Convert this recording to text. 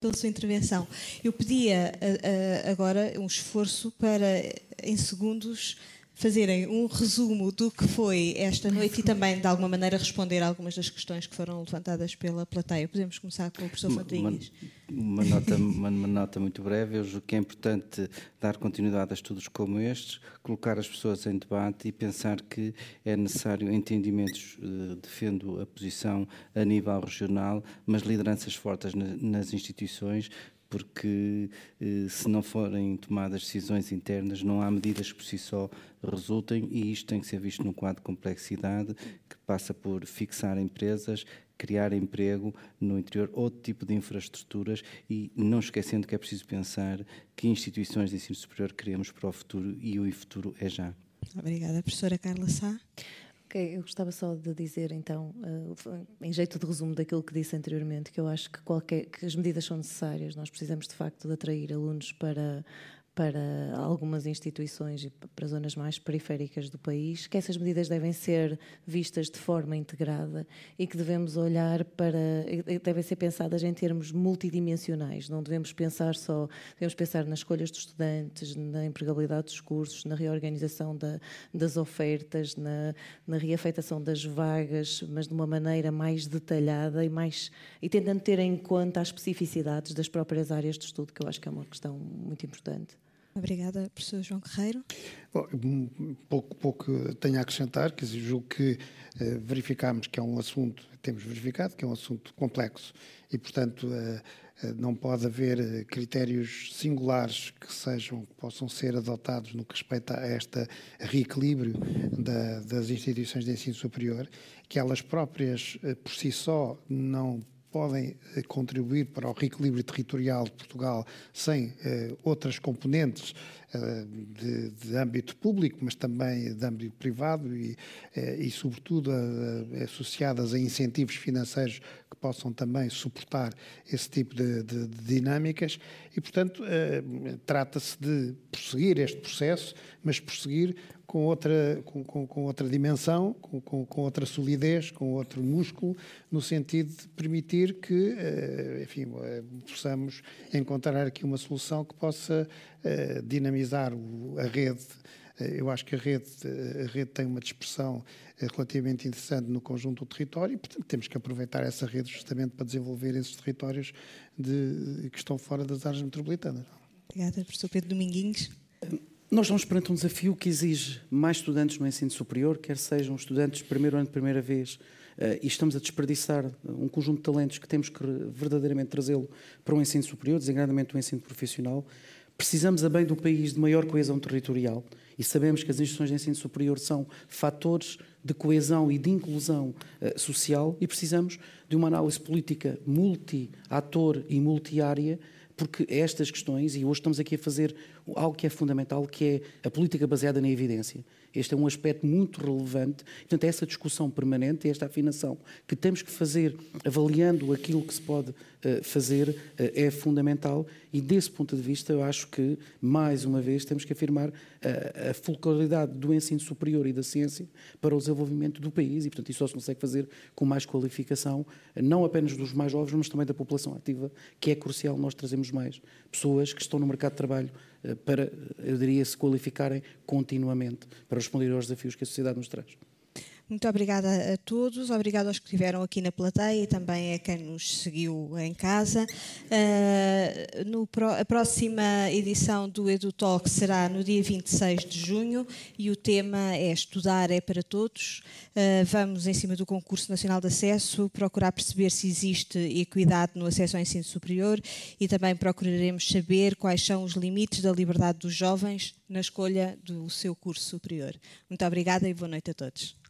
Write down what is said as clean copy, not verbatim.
pela sua intervenção. Eu pedia agora um esforço para, em segundos, fazerem um resumo do que foi esta noite e também, de alguma maneira, responder a algumas das questões que foram levantadas pela plateia. Podemos começar com o professor Rodrigues. Uma nota muito breve. Eu julgo que é importante dar continuidade a estudos como estes, colocar as pessoas em debate e pensar que é necessário entendimentos, defendo a posição a nível regional, mas lideranças fortes nas instituições, porque se não forem tomadas decisões internas, não há medidas que por si só resultem, e isto tem que ser visto num quadro de complexidade que passa por fixar empresas, criar emprego no interior, outro tipo de infraestruturas, e não esquecendo que é preciso pensar que instituições de ensino superior queremos para o futuro, e o futuro é já. Obrigada. Professora Carla Sá. Ok, eu gostava só de dizer, então, em jeito de resumo daquilo que disse anteriormente, que eu acho que as medidas são necessárias. Nós precisamos, de facto, de atrair alunos para algumas instituições e para zonas mais periféricas do país, que essas medidas devem ser vistas de forma integrada e que devemos olhar devem ser pensadas em termos multidimensionais. Não devemos pensar nas escolhas dos estudantes, na empregabilidade dos cursos, na reorganização das ofertas, na reafeitação das vagas, mas de uma maneira mais detalhada e tentando ter em conta as especificidades das próprias áreas de estudo, que eu acho que é uma questão muito importante. Obrigada, professor João Guerreiro. Bom, pouco tenho a acrescentar, quer dizer, julgo que verificámos que é um assunto, temos verificado que é um assunto complexo e, portanto, não pode haver critérios singulares que possam ser adotados no que respeita a este reequilíbrio das instituições de ensino superior, que elas próprias, por si só, não podem contribuir para o reequilíbrio territorial de Portugal sem outras componentes de âmbito público, mas também de âmbito privado e sobretudo, associadas a incentivos financeiros que possam também suportar esse tipo de dinâmicas e, portanto, trata-se de prosseguir este processo, mas prosseguir com outra dimensão, com outra solidez, com outro músculo, no sentido de permitir que, enfim, possamos encontrar aqui uma solução que possa dinamizar a rede. Eu acho que a rede tem uma dispersão relativamente interessante no conjunto do território e, portanto, temos que aproveitar essa rede justamente para desenvolver esses territórios que estão fora das áreas metropolitanas. Obrigada, professor Pedro Dominguinhos. Nós estamos perante um desafio que exige mais estudantes no ensino superior, quer sejam estudantes de primeiro ano de primeira vez, e estamos a desperdiçar um conjunto de talentos que temos que verdadeiramente trazê-lo para o ensino superior, designadamente o ensino profissional. Precisamos, a bem do país, de maior coesão territorial e sabemos que as instituições de ensino superior são fatores de coesão e de inclusão social e precisamos de uma análise política multi-ator e multi-área, porque estas questões, e hoje estamos aqui a fazer algo que é fundamental, que é a política baseada na evidência. Este é um aspecto muito relevante. Portanto, essa discussão permanente, esta afinação que temos que fazer, avaliando aquilo que se pode fazer, é fundamental. E, desse ponto de vista, eu acho que, mais uma vez, temos que afirmar a fulcralidade do ensino superior e da ciência para o desenvolvimento do país. E, portanto, isso só se consegue fazer com mais qualificação, não apenas dos mais jovens, mas também da população ativa, que é crucial nós trazermos mais pessoas que estão no mercado de trabalho para, eu diria, se qualificarem continuamente para responder aos desafios que a sociedade nos traz. Muito obrigada a todos, obrigada aos que estiveram aqui na plateia e também a quem nos seguiu em casa. A próxima edição do EduTalk será no dia 26 de junho e o tema é Estudar é para Todos. Vamos, em cima do Concurso Nacional de Acesso, procurar perceber se existe equidade no acesso ao ensino superior e também procuraremos saber quais são os limites da liberdade dos jovens na escolha do seu curso superior. Muito obrigada e boa noite a todos.